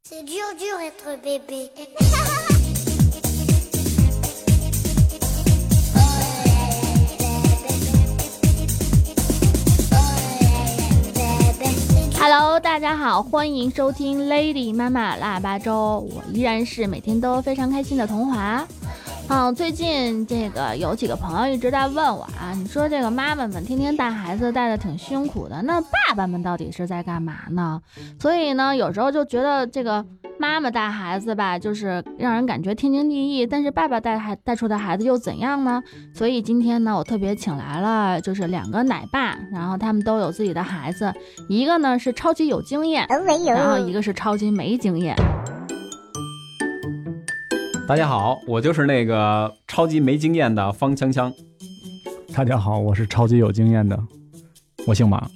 C'est dur dur être bébé. Hello， 大家好，欢迎收听 Lady 妈妈腊八粥，我依然是每天都非常开心的童华。最近这个有几个朋友一直在问我啊，你说这个妈妈们天天带孩子带的挺辛苦的，那爸爸们到底是在干嘛呢？所以呢，有时候就觉得这个妈妈带孩子吧，就是让人感觉天经地义，但是爸爸带出的孩子又怎样呢？所以今天呢，我特别请来了就是2个奶爸，然后他们都有自己的孩子，一个呢是超级有经验，然后一个是超级没经验。 大家好，我就是那个超级没经验的方锵锵。 大家好，我是超级有经验的，我姓马。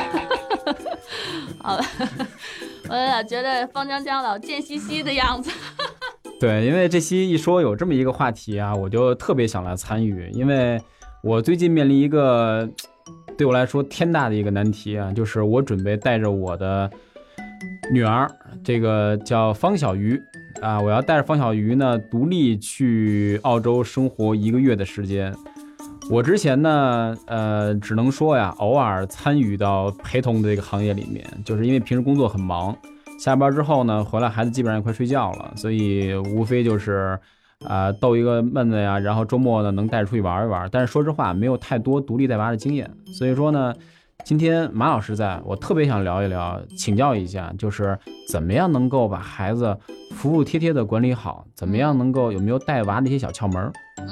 好了，我老觉得方锵锵老贱兮兮的样子。 对，因为这期一说有这么一个话题啊，我就特别想来参与，因为我最近面临一个对我来说天大的一个难题啊，就是我准备带着我的女儿，这个叫方小鱼啊，我要带着方小鱼呢独立去澳洲生活1个月的时间。我之前呢只能说呀，偶尔参与到陪同的这个行业里面，就是因为平时工作很忙，下班之后呢回来孩子基本上也快睡觉了，所以无非就是逗一个闷子呀，然后周末呢能带着出去玩一玩，但是说实话没有太多独立带娃的经验，所以说呢今天马老师在，我特别想聊一聊，请教一下，就是怎么样能够把孩子服服帖帖的管理好，怎么样能够有没有带娃的一些小窍门？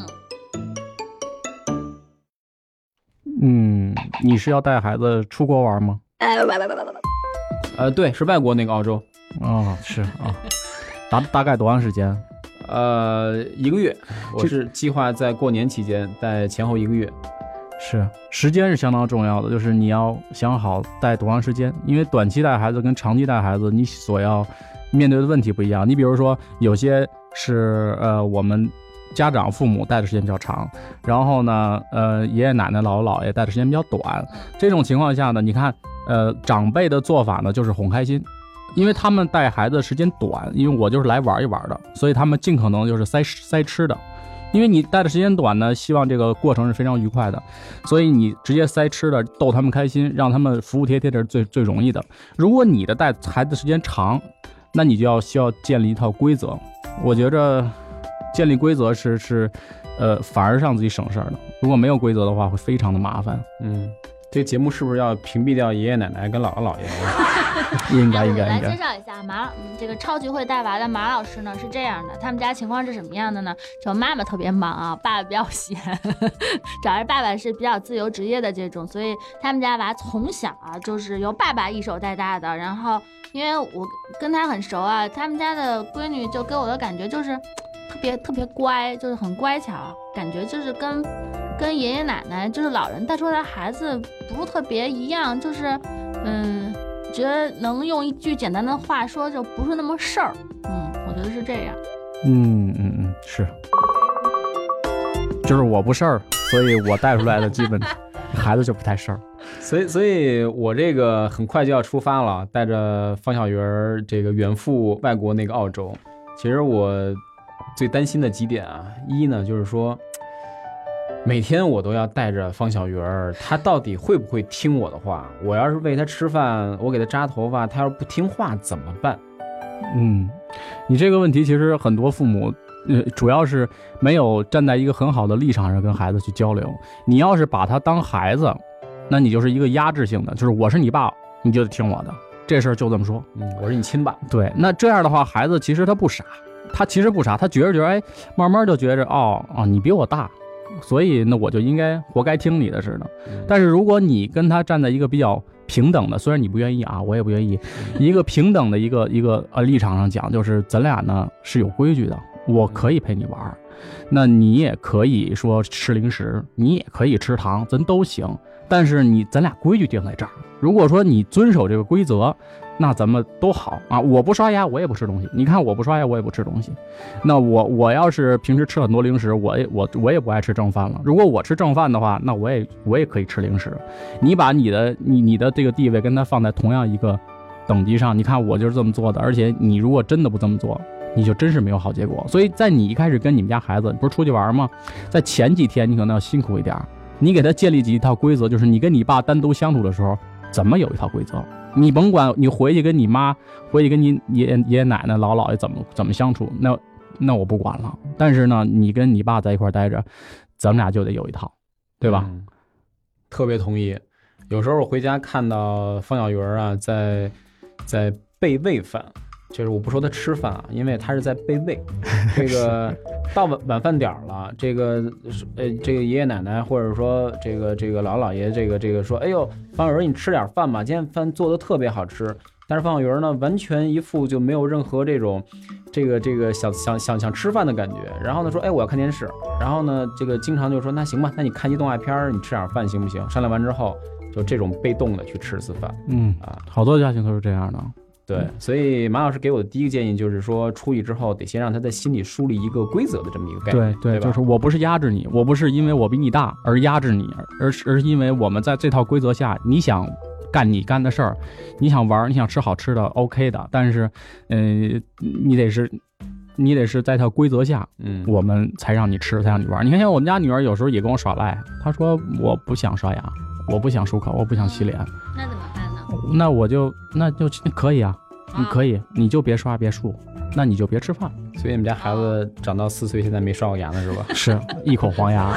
你是要带孩子出国玩吗？ 对，是外国那个澳洲。 是啊。大概多长时间 ？1个月，我是计划在过年期间带前后1个月。 是，时间是相当重要的，就是你要想好带多长时间，因为短期带孩子跟长期带孩子你所要面对的问题不一样。你比如说有些是我们家长父母带的时间比较长，然后呢爷爷奶奶姥姥姥爷带的时间比较短，这种情况下呢，你看长辈的做法呢就是哄开心，因为他们带孩子的时间短，因为我就是来玩一玩的，所以他们尽可能就是塞吃的，因为你带的时间短呢，希望这个过程是非常愉快的，所以你直接塞吃的逗他们开心，让他们服服帖帖的是最容易的。如果你的带孩子时间长，那你就需要建立一套规则。我觉着建立规则是反而让自己省事儿的。如果没有规则的话，会非常的麻烦。 这个节目是不是要屏蔽掉爷爷奶奶跟姥姥姥爷？ 应该。 来介绍一下这个超级会带娃的马老师呢是这样的，他们家情况是什么样的呢？就妈妈特别忙啊，爸爸比较闲，主要是爸爸是比较自由职业的这种，所以他们家娃从小啊就是由爸爸一手带大的。然后因为我跟他很熟啊，他们家的闺女就给我的感觉就是特别乖，就是很乖巧，感觉就是跟爷爷奶奶就是老人带出来的孩子不是特别一样，就是觉得能用一句简单的话说就不是那么事儿。我觉得是这样。 是，就是我不事儿，所以我带出来的基本孩子就不太事儿。 所以我这个很快就要出发了，带着方小鱼儿这个远赴外国那个澳洲。其实我最担心的几点啊，一呢就是说每天我都要带着方小鱼儿，他到底会不会听我的话？我要是喂他吃饭，我给他扎头发，他要是不听话怎么办？ 你这个问题其实很多父母主要是没有站在一个很好的立场上跟孩子去交流。你要是把他当孩子，那你就是一个压制性的，就是我是你爸，你就得听我的，这事儿就这么说。 我是你亲爸。 对，那这样的话，孩子其实他不傻，他觉着慢慢就觉着你比我大，所以那我就应该活该听你的似的。但是如果你跟他站在一个比较平等的，虽然你不愿意啊，我也不愿意，一个平等的一个立场上讲，就是咱俩呢是有规矩的，我可以陪你玩，那你也可以说吃零食，你也可以吃糖，咱都行，但是咱俩规矩定在这儿。如果说你遵守这个规则，那咱们都好啊！我不刷牙，我也不吃东西。你看我不刷牙，我也不吃东西。那我要是平时吃很多零食，我也不爱吃正饭了。如果我吃正饭的话，那我也可以吃零食。你把你的这个地位跟他放在同样一个等级上，你看我就是这么做的，而且你如果真的不这么做，你就真是没有好结果。所以在你一开始跟你们家孩子不是出去玩吗？在前几天你可能要辛苦一点，你给他建立起一套规则，就是你跟你爸单独相处的时候，怎么有一套规则。你甭管你回去跟你妈，回去跟你爷爷奶奶、姥姥爷怎么相处，那我不管了。但是呢，你跟你爸在一块待着，咱们俩就得有一套，对吧？ 特别同意。有时候我回家看到方小鱼啊，在备喂饭，就是我不说他吃饭啊，因为他是在备喂。这个到晚饭点了，这个爷爷奶奶或者说这个姥姥爷这个说，哎呦，方小鱼你吃点饭吧，今天饭做的特别好吃。但是方小鱼呢，完全一副就没有任何这种想吃饭的感觉。然后呢说，哎，我要看电视。然后呢，这个经常就说，那行吧，那你看一动画片，你吃点饭行不行？商量完之后，就这种被动的去吃次饭。 好多家庭都是这样的。 对，所以马老师给我的第一个建议就是说，出去之后得先让他在心里树立一个规则的这么一个概念。 对，就是我不是压制你，我不是因为我比你大而压制你，而是因为我们在这套规则下，你想干你干的事儿，你想玩，你想吃好吃的 OK 的，但是你得是在一套规则下，我们才让你吃，才让你玩。你看像我们家女儿有时候也跟我耍赖，她说我不想刷牙，我不想漱口，我不想洗脸。 那怎么办呢？ 那就可以啊，你可以，你就别刷别漱，那你就别吃饭。 所以你们家孩子长到4岁，现在没刷过牙呢，是吧？ 是一口黄牙。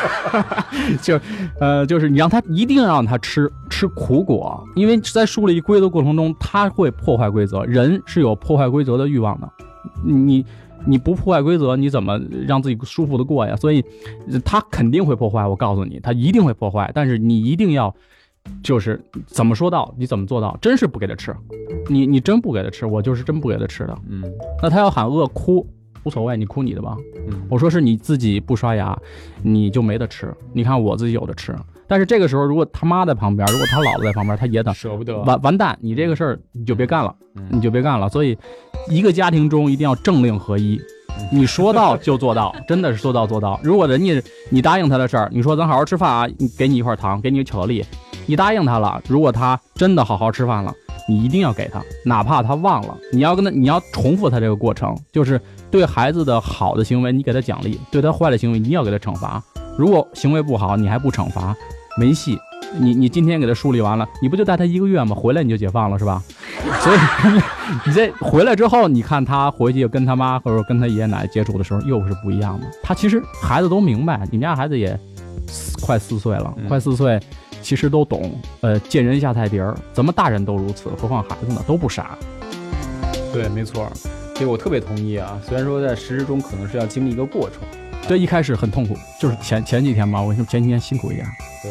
就是你一定让他吃苦果，因为在树立规则过程中，他会破坏规则。人是有破坏规则的欲望的，你不破坏规则，你怎么让自己舒服的过呀？所以他肯定会破坏，我告诉你，他一定会破坏。但是你一定要，就是怎么说到，你怎么做到，真是不给他吃。你真不给他吃，我就是真不给他吃的。那他要喊饿哭无所谓，你哭你的吧。我说是你自己不刷牙，你就没得吃。你看我自己有的吃。但是这个时候，如果他妈在旁边，如果他姥姥在旁边，他爷的舍不得， 完蛋，你这个事儿你就别干了，你就别干了。所以，一个家庭中一定要政令合一，你说到就做到，真的是说到做到。如果人家你答应他的事儿，你说咱好好吃饭啊，给你一块糖，给你巧克力，你答应他了，如果他真的好好吃饭了，你一定要给他，哪怕他忘了，你要重复他这个过程，就是对孩子的好的行为你给他奖励，对他坏的行为你要给他惩罚。如果行为不好你还不惩罚，没戏。你今天给他梳理完了，你不就带他1个月吗？回来你就解放了是吧？所以你这回来之后，你看他回去跟他妈或者跟他爷爷奶奶接触的时候又是不一样的。他其实孩子都明白，你们家孩子也快4岁了，快4岁其实都懂，见人下菜碟儿，怎么大人都如此，何况孩子呢？都不傻。 对，没错，这个我特别同意啊。虽然说在实施中可能是要经历一个过程， 对，一开始很痛苦，就是前几天吧，我前几天辛苦一点。 对，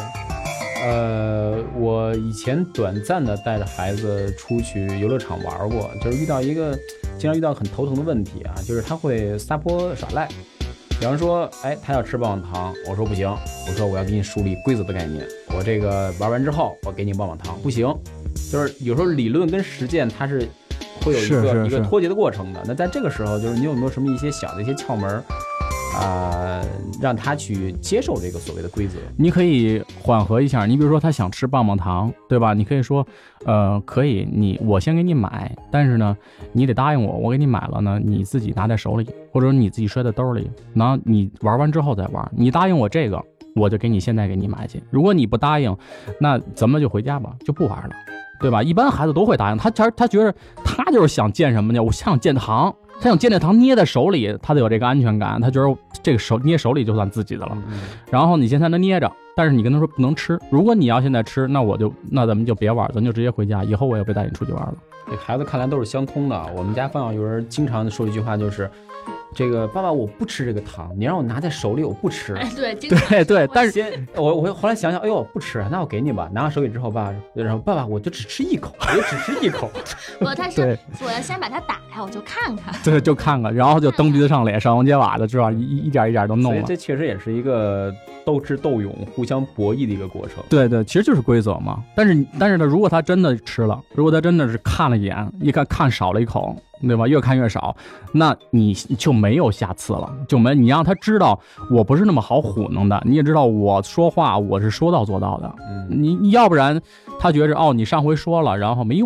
我以前短暂的带着孩子出去游乐场玩过，就是经常遇到很头疼的问题啊，就是他会撒泼耍赖。比方说，哎，他要吃棒棒糖，我说不行，我说我要给你树立规则的概念，我这个玩完之后，我给你棒棒糖，不行，就是有时候理论跟实践它是会有一个脱节的过程的。那在这个时候，就是你有没有什么一些小的一些窍门？让他去接受这个所谓的规则， 你可以缓和一下。你比如说他想吃棒棒糖，对吧？你可以说，可以，我先给你买，但是呢，你得答应我，我给你买了呢，你自己拿在手里，或者你自己摔在兜里，然后你玩完之后再玩。你答应我这个，我就现在给你买去。如果你不答应，那咱们就回家吧，就不玩了，对吧？一般孩子都会答应，他觉得他就是想见什么呢？我想见糖。他想见那糖捏在手里，他得有这个安全感，他觉得这个捏手里就算自己的了。然后你现在能捏着，但是你跟他说不能吃。如果你要现在吃，那咱们就别玩，咱就直接回家，以后我也不带你出去玩了。 这孩子看来都是相通的。我们家方小鱼经常说一句话，就是这个爸爸我不吃这个糖，你让我拿在手里我不吃。 对，但是我后来想想，哎呦不吃，那我给你吧。拿到手里之后然后爸爸我就只吃一口，我就只吃一口。 他是我要先把它打开，我就看看。 对，就看看，然后就蹬鼻子上脸，上房揭瓦的，知道一点一点都弄了。 所以这确实也是一个斗智斗勇、互相博弈的一个过程。 对，其实就是规则嘛。但是呢，如果他真的吃了，如果他真的是看了一眼，一看少了一口，对吧？越看越少，那你就没有下次了，你让他知道我不是那么好糊弄的，你也知道我说话我是说到做到的。你要不然他觉着你上回说了，然后没用，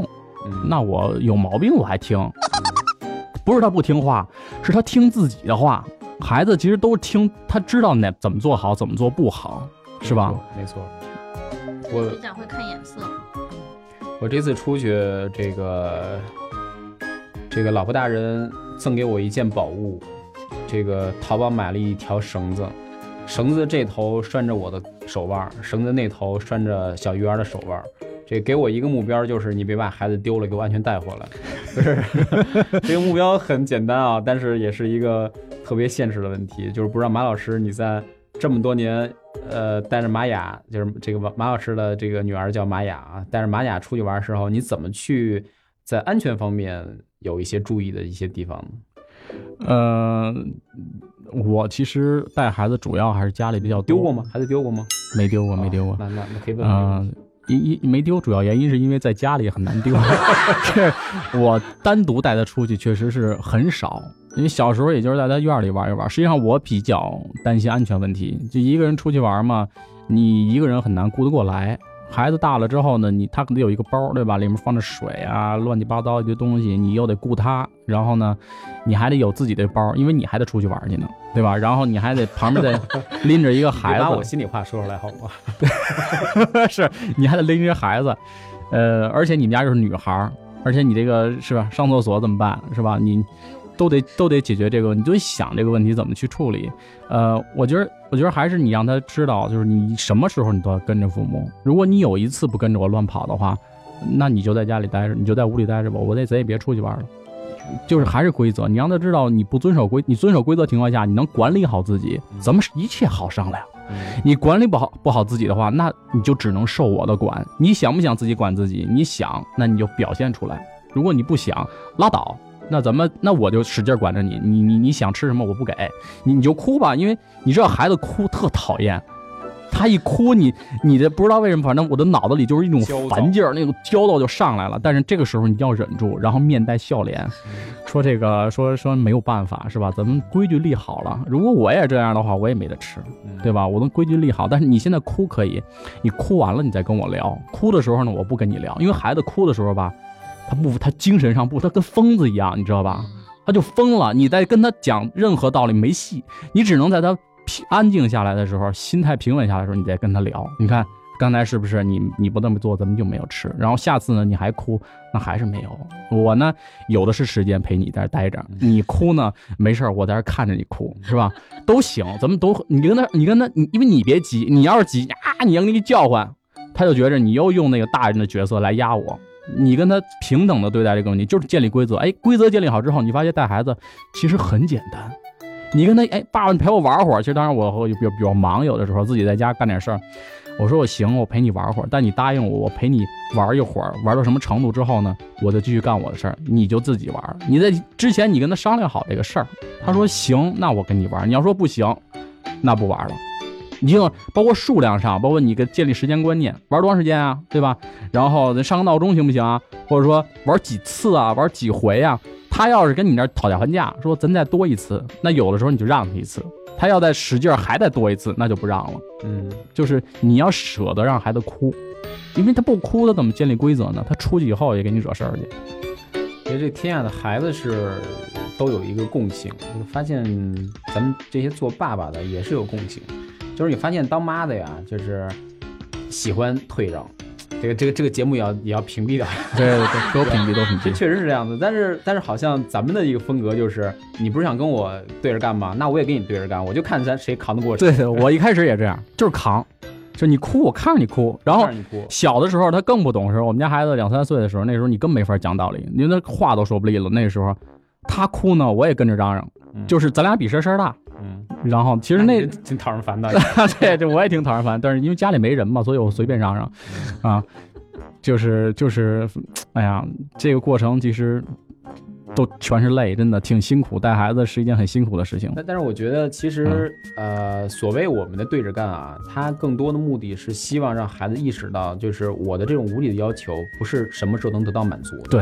那我有毛病我还听，不是他不听话，是他听自己的话。孩子其实都听，他知道怎么做好，怎么做不好，是吧？ 没错。 比较会看眼色。 我这次出去，这个老婆大人赠给我一件宝物，这个淘宝买了一条绳子，绳子这头拴着我的手腕，绳子那头拴着小鱼儿的手腕。这给我一个目标，就是你别把孩子丢了，给我安全带回来。不是，这个目标很简单啊，但是也是一个特别现实的问题，就是不知道马老师你在这么多年，带着玛雅，就是这个马老师的这个女儿叫玛雅啊，带着玛雅出去玩的时候，你怎么去在安全方面有一些注意的一些地方呢？ 我其实带孩子主要还是家里比较多。 丢过吗？孩子丢过吗？ 没丢过，没丢过。 那可以问问。 没丢，主要原因是因为在家里很难丢。这我单独带他出去确实是很少，因为小时候也就是在他院里玩一玩。实际上我比较担心安全问题，就一个人出去玩嘛，你一个人很难顾得过来。孩子大了之后呢，他可能有一个包，对吧？里面放着水啊，乱七八糟一堆东西，你又得顾他，然后呢，你还得有自己的包，因为你还得出去玩去呢，对吧？然后你还得旁边得拎着一个孩子， 把我心里话说出来好吗？ 是你还得拎着孩子，而且你们家又是女孩，而且你这个是吧？上厕所怎么办？是吧？你都得解决这个，你就得想这个问题怎么去处理。我觉得还是你让他知道，就是你什么时候你都要跟着父母。如果你有一次不跟着我乱跑的话，那你就在家里待着，你就在屋里待着吧，咱也别出去玩了。就是还是规则，你让他知道，你遵守规则情况下，你能管理好自己，咱们一切好商量。你管理不好自己的话，那你就只能受我的管。你想不想自己管自己？你想，那你就表现出来。如果你不想，拉倒。那我就使劲管着你，你想吃什么我不给你就哭吧，因为你知道孩子哭特讨厌，他一哭你这不知道为什么，反正我的脑子里就是一种烦劲儿，那种焦躁就上来了。但是这个时候你要忍住，然后面带笑脸，说这个说没有办法是吧？咱们规矩立好了，如果我也这样的话，我也没得吃，对吧？我的规矩立好，但是你现在哭可以，你哭完了你再跟我聊。哭的时候呢，我不跟你聊，因为孩子哭的时候吧。他精神上他跟疯子一样，你知道吧？他就疯了。你在跟他讲任何道理没戏，你只能在他安静下来的时候，心态平稳下来的时候，你再跟他聊。你看刚才是不是你不这么做，咱们就没有吃。然后下次呢，你还哭，那还是没有。我呢，有的是时间陪你在这待着，你哭呢没事，我在这看着你哭，是吧？都行，咱们都你跟他，因为你别急，你要是急啊，你让你叫唤，他就觉着你又用那个大人的角色来压我。你跟他平等的对待这个问题，就是建立规则。规则建立好之后，你发现带孩子其实很简单。你跟他，爸爸你陪我玩会儿。其实当然我比较忙，有的时候自己在家干点事儿。我说我行，我陪你玩会儿。但你答应我陪你玩一会儿，玩到什么程度之后呢，我就继续干我的事儿，你就自己玩。你在之前你跟他商量好这个事儿，他说行，那我跟你玩。你要说不行，那不玩了。你就包括数量上，包括你跟建立时间观念，玩多长时间啊，对吧？然后咱上个闹钟行不行啊？或者说玩几次啊，玩几回啊？他要是跟你那讨价还价，说咱再多一次，那有的时候你就让他一次。他要再使劲还再多一次，那就不让了。就是你要舍得让孩子哭，因为他不哭，他怎么建立规则呢？他出去以后也给你惹事儿去。 因为这天下的孩子都有一个共性，就发现咱们这些做爸爸的也是有共性。就是你发现当妈的呀，就是喜欢退让，这个节目也要屏蔽掉。 对，都屏蔽。 确实是这样子，但是好像咱们的一个风格就是，你不是想跟我对着干吗？那我也跟你对着干，我就看咱谁扛得过谁。 对，我一开始也这样，就是扛，就你哭我看着你哭。然后小的时候他更不懂事，我们家孩子2、3岁的时候，那时候你根本没法讲道理，因为他话都说不利了。那个时候他哭呢，我也跟着嚷嚷，就是咱俩比谁声大。然后其实那挺讨人烦的。 对，这我也挺讨人烦，但是因为家里没人嘛，所以我随便嚷嚷啊，就是哎呀，这个过程其实都全是泪，真的挺辛苦，带孩子是一件很辛苦的事情。 但是我觉得其实所谓我们的对着干啊，它更多的目的是希望让孩子意识到，就是我的这种无理的要求不是什么时候能得到满足的。 对，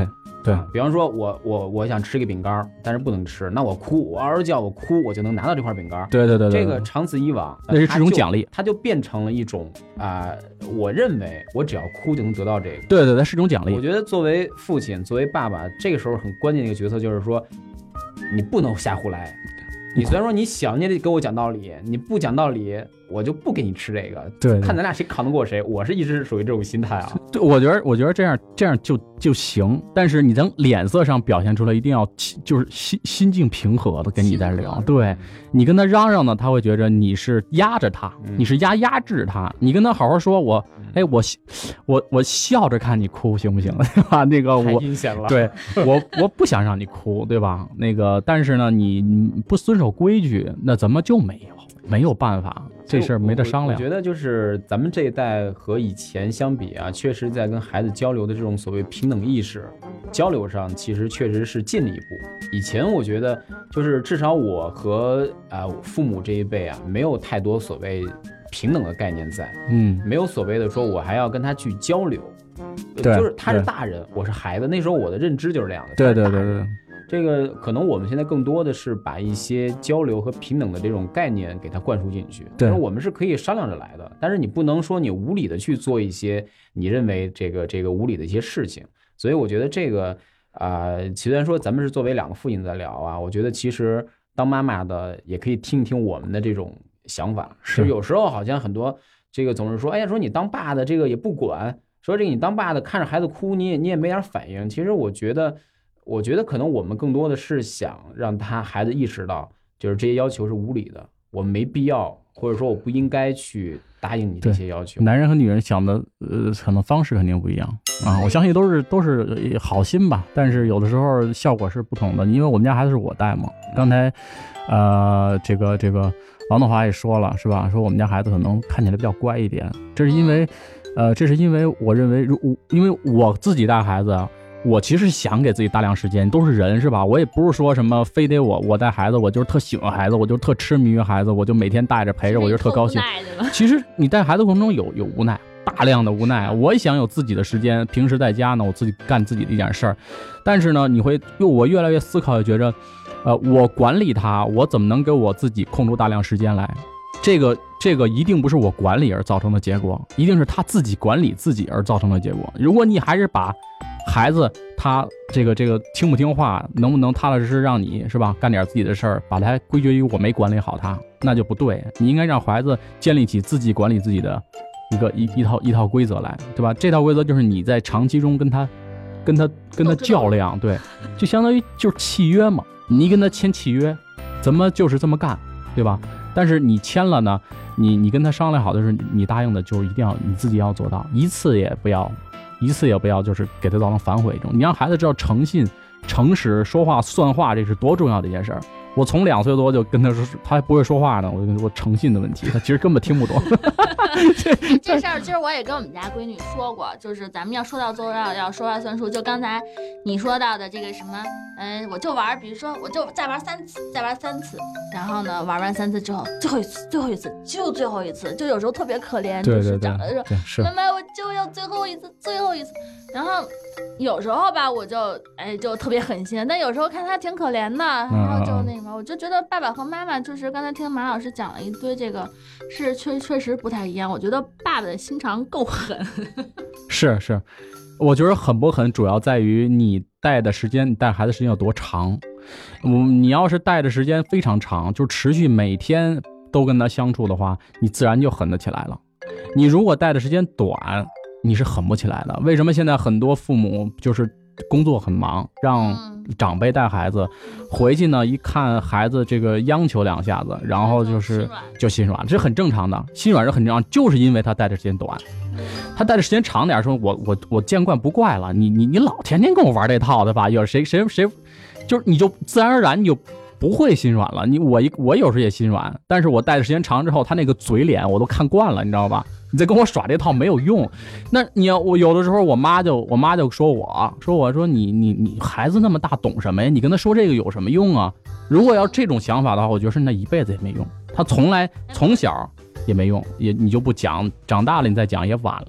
对， 比方说我想吃个饼干，但是不能吃，那我哭，我嗷叫，我哭，我就能拿到这块饼干。 对， 这个长此以往， 那是这种奖励， 它就变成了一种我认为我只要哭就能得到这个。 对，那是种奖励。 我觉得作为父亲，作为爸爸，这个时候很关键的一个角色就是说，你不能瞎胡来。你虽然说你想，你也得给我讲道理，你不讲道理，我就不给你吃这个。 对， 看咱俩谁扛得过谁。我是一直属于这种心态啊。 对，我觉得这样就行，但是你从脸色上表现出来，一定要就是心境平和的跟你在聊。对，你跟他嚷嚷呢，他会觉着你是压着他，你是压制他。你跟他好好说，我笑着看你哭行不行？对吧？那个太阴险了。 对，我不想让你哭，对吧？那个，但是呢，你不遵守规矩，那怎么就没有办法？这事儿没得商量。 我觉得就是咱们这一代和以前相比啊，确实在跟孩子交流的这种所谓平等意识交流上，其实确实是进了一步。以前我觉得就是至少我和父母这一辈啊，没有太多所谓平等的概念在，没有所谓的说我还要跟他去交流，就是他是大人，我是孩子，那时候我的认知就是这样的。 对。 这个可能我们现在更多的是把一些交流和平等的这种概念给它灌输进去。对，我们是可以商量着来的，但是你不能说你无理的去做一些你认为这个无理的一些事情。所以我觉得这个虽然说咱们是作为两个父亲在聊啊，我觉得其实当妈妈的也可以听一听我们的这种想法。就有时候好像很多这个总是说，哎呀，说你当爸的这个也不管，说这个你当爸的看着孩子哭你也没点反应。其实我觉得可能我们更多的是想让孩子意识到，就是这些要求是无理的，我们没必要，或者说我不应该去答应你这些要求。 男人和女人想的可能方式肯定不一样啊，我相信都是好心吧，但是有的时候效果是不同的。因为我们家孩子是我带嘛，刚才这个王德华也说了是吧？说我们家孩子可能看起来比较乖一点，这是因为我认为因为我自己带孩子。我其实想给自己大量时间，都是人是吧？我也不是说什么非得我带孩子，我就是特喜欢孩子，我就特痴迷于孩子，我就每天带着陪着，我就特高兴。其实你带孩子过程中有无奈，大量的无奈。我也想有自己的时间，平时在家呢，我自己干自己的一点事儿。但是呢，我越来越思考，也觉着，我管理他，我怎么能给我自己空出大量时间来？这个一定不是我管理而造成的结果，一定是他自己管理自己而造成的结果。如果你还是把孩子他这个听不听话，能不能踏踏实实让你是吧干点自己的事儿，把他归结于我没管理好他，那就不对。你应该让孩子建立起自己管理自己的一套规则来，对吧？这套规则就是你在长期中跟他较量，对，就相当于就是契约嘛。你跟他签契约，怎么就是这么干，对吧？但是你签了呢，你跟他商量好的是你答应的，就是一定要你自己要做到，一次也不要就是给他造成反悔一种。你让孩子知道诚信、诚实、说话算话，这是多重要的一件事儿。我从2岁多就跟他说，他还不会说话呢，我就跟他说诚信的问题，他其实根本听不懂。 这事儿其实我也跟我们家闺女说过，就是咱们要说到做到，要说话算数。就刚才你说到的这个什么，我就玩，比如说我就再玩3次，然后呢玩完3次之后，最后一次，就最后一次，就有时候特别可怜，就是长得说妈妈我就要最后一次，然后有时候吧我就特别狠心，但有时候看他挺可怜的，然后就那个。我就觉得爸爸和妈妈就是刚才听马老师讲了一堆，这个是确实不太一样。我觉得爸爸的心肠够狠。 是，我觉得狠不狠主要在于你带孩子时间有多长。你要是带的时间非常长，就持续每天都跟他相处的话，你自然就狠得起来了。你如果带的时间短，你是狠不起来的。为什么现在很多父母就是工作很忙，让长辈带孩子回去呢，一看孩子这个央求2下子，然后就心软，这是很正常的，心软是很正常，就是因为他带的时间短。他带的时间长点，说我见惯不怪了，你老天天跟我玩这套，对吧？有谁就是你就自然而然你就不会心软了。我有时候也心软，但是我带的时间长之后，他那个嘴脸我都看惯了，你知道吧？你再跟我耍这套没有用。那我有的时候我妈就说我说你孩子那么大懂什么呀？你跟他说这个有什么用啊？如果要这种想法的话，我觉得是那一辈子也没用。他从小也没用，你就不讲，长大了你再讲也晚了。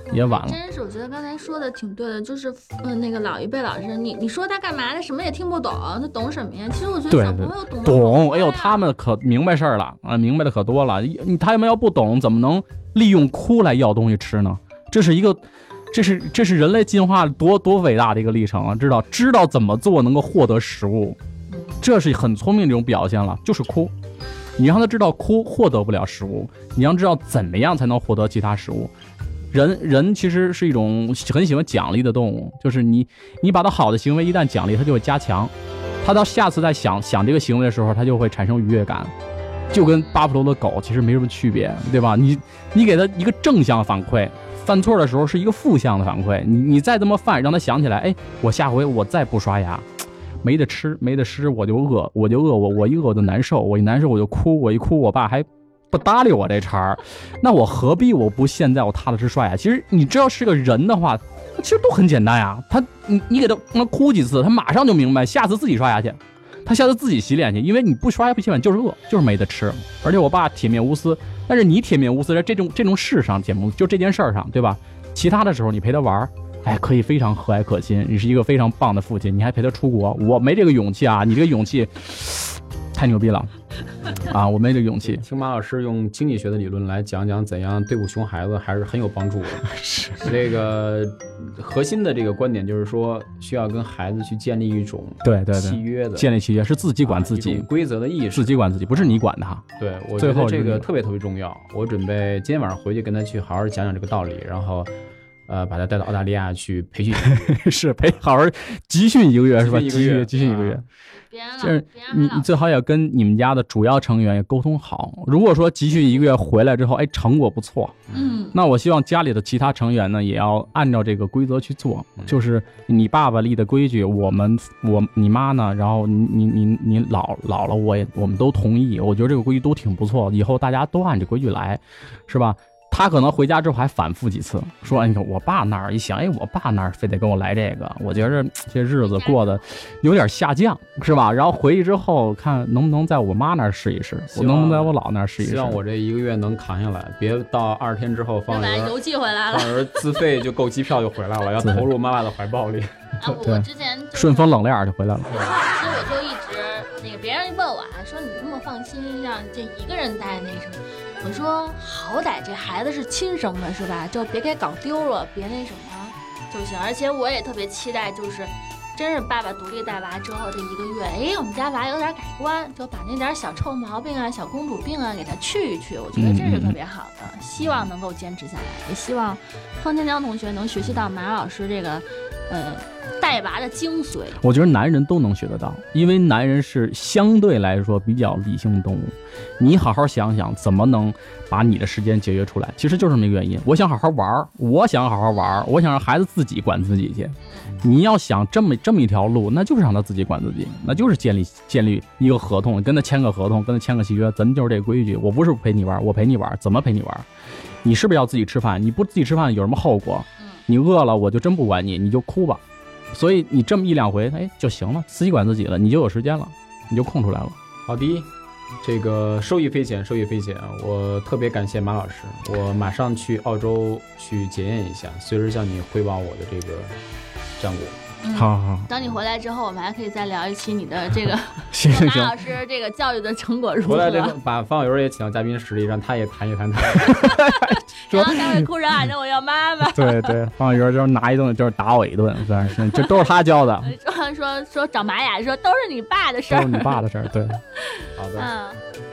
也晚了。 真是，我觉得刚才说的挺对的，就是那个老一辈老师，你说他干嘛？他什么也听不懂，他懂什么呀？其实我觉得小朋友懂， 哎呦，他们可明白事儿了啊，明白的可多了。他们要不懂，怎么能利用哭来要东西吃呢？这是人类进化多伟大的一个历程啊！知道怎么做能够获得食物，这是很聪明的一种表现了，就是哭。你让他知道哭获得不了食物，你让他知道怎么样才能获得其他食物。人其实是一种很喜欢奖励的动物，就是你把他好的行为一旦奖励，他就会加强，他到下次再想这个行为的时候，他就会产生愉悦感，就跟巴甫洛的狗其实没什么区别，对吧？你给他一个正向反馈，犯错的时候是一个负向的反馈，你再这么犯，让他想起来，哎，我下回我再不刷牙。没得吃我就饿，我一饿我就难受，我一难受我就哭，我一哭我爸还不搭理我这茬儿，那我何必我不现在我踏踏实刷牙？其实你知道是个人的话，其实都很简单呀。你给他哭几次，他马上就明白，下次自己刷牙去，他下次自己洗脸去，因为你不刷牙不洗脸就是饿，就是没得吃。而且我爸铁面无私，但是你铁面无私在这种事上，就这件事儿上，对吧？其他的时候你陪他玩。哎，可以非常和蔼可亲，你是一个非常棒的父亲，你还陪他出国，我没这个勇气啊！你这个勇气太牛逼了啊！我没这个勇气。 听马老师用经济学的理论来讲怎样对付熊孩子，还是很有帮助的。 是这个核心的这个观点就是说，需要跟孩子去建立一种对契约的， 建立契约是自己管自己， 规则的意识， 自己管自己，不是你管他。 对，我觉得这个特别重要。我准备今天晚上回去跟他去好好讲这个道理，然后。把他带到澳大利亚去培训， 是好好集训1个月是吧？集训1个月。 就是你最好也跟你们家的主要成员也沟通好。如果说集训1个月回来之后，哎，成果不错，那我希望家里的其他成员呢，也要按照这个规则去做。就是你爸爸立的规矩，你妈呢，然后你老了，我们都同意。我觉得这个规矩都挺不错，以后大家都按这规矩来，是吧？他可能回家之后还反复几次，说：“你看我爸那儿一想，哎，我爸那儿非得跟我来这个，我觉着这日子过得有点下降，是吧？”然后回去之后看能不能在我妈那儿试一试，我能不能在我姥那儿试一试。 希望我这1个月能扛下来，别到20天之后放邮寄回来了， 放人自费就购机票就回来了，要投入妈妈的怀抱里。 我之前顺风冷链就回来了。 其实我就一直别人问我说你这么放心让这1个人带那什么。我说好歹这孩子是亲生的是吧，就别给搞丢了，别那什么就行。而且我也特别期待，就是真是爸爸独立带娃之后这1个月，哎，我们家娃有点改观，就把那点小臭毛病啊、小公主病啊给他去一去，我觉得这是特别好的。希望能够坚持下来，也希望方天江同学能学习到马老师这个带娃的精髓。 我觉得男人都能学得到，因为男人是相对来说比较理性的动物。你好好想想怎么能把你的时间节约出来，其实就是这么一个原因。我想好好玩，我想让孩子自己管自己去。你要想这么一条路，那就是让他自己管自己，那就是建立一个合同，跟他签个合同，跟他签个契约，咱们就是这个规矩。我不是陪你玩，我陪你玩，怎么陪你玩？你是不是要自己吃饭？你不自己吃饭有什么后果？你饿了我就真不管你，你就哭吧。所以你这么1-2回，哎就行了，自己管自己了，你就有时间了，你就空出来了。 好的，这个受益匪浅。我特别感谢马老师，我马上去澳洲去检验一下，随时向你汇报我的这个战果。 好， 等你回来之后，我们还可以再聊一期你的这个行马老师这个教育的成果如何。 回来之后把方小鱼也请到嘉宾室里，让他也谈一谈他。 然后他会哭着喊着我要妈妈。 对，方小鱼就是拿一顿就是打我一顿，是这都是他教的。 说找玛雅说都是你爸的事儿， 都是你爸的事儿。对， 好的。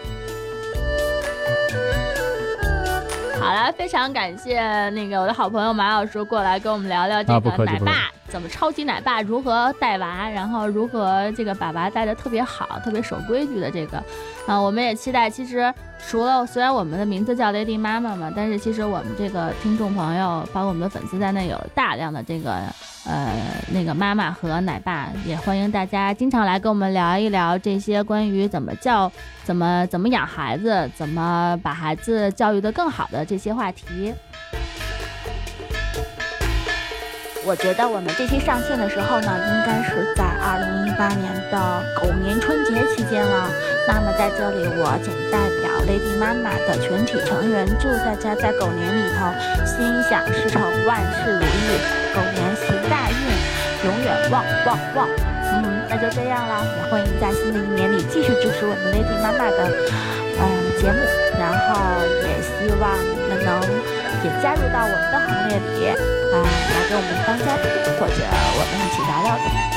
好了，非常感谢那个我的好朋友马老师过来跟我们聊聊这个奶爸怎么超级奶爸如何带娃，然后如何这个把娃带得特别好、特别守规矩的这个。我们也期待，其实虽然我们的名字叫 Lady 妈妈嘛，但是其实我们这个听众朋友，包括我们的粉丝在内，有大量的这个那个妈妈和奶爸，也欢迎大家经常来跟我们聊一聊这些关于怎么养孩子，怎么把孩子教育得更好的这些话题。 我觉得我们这期上线的时候呢，应该是在2018年的狗年春节期间了。那么在这里，我仅代表 Lady 妈妈的全体成员，祝大家在狗年里头心想事成，万事如意，狗年行大运，永远旺旺旺。那就这样啦，也欢迎在新的一年里继续支持我们 Lady 妈妈的节目，然后也希望你们能也加入到我们的行列里来给我们当嘉宾，或者我们一起聊聊的。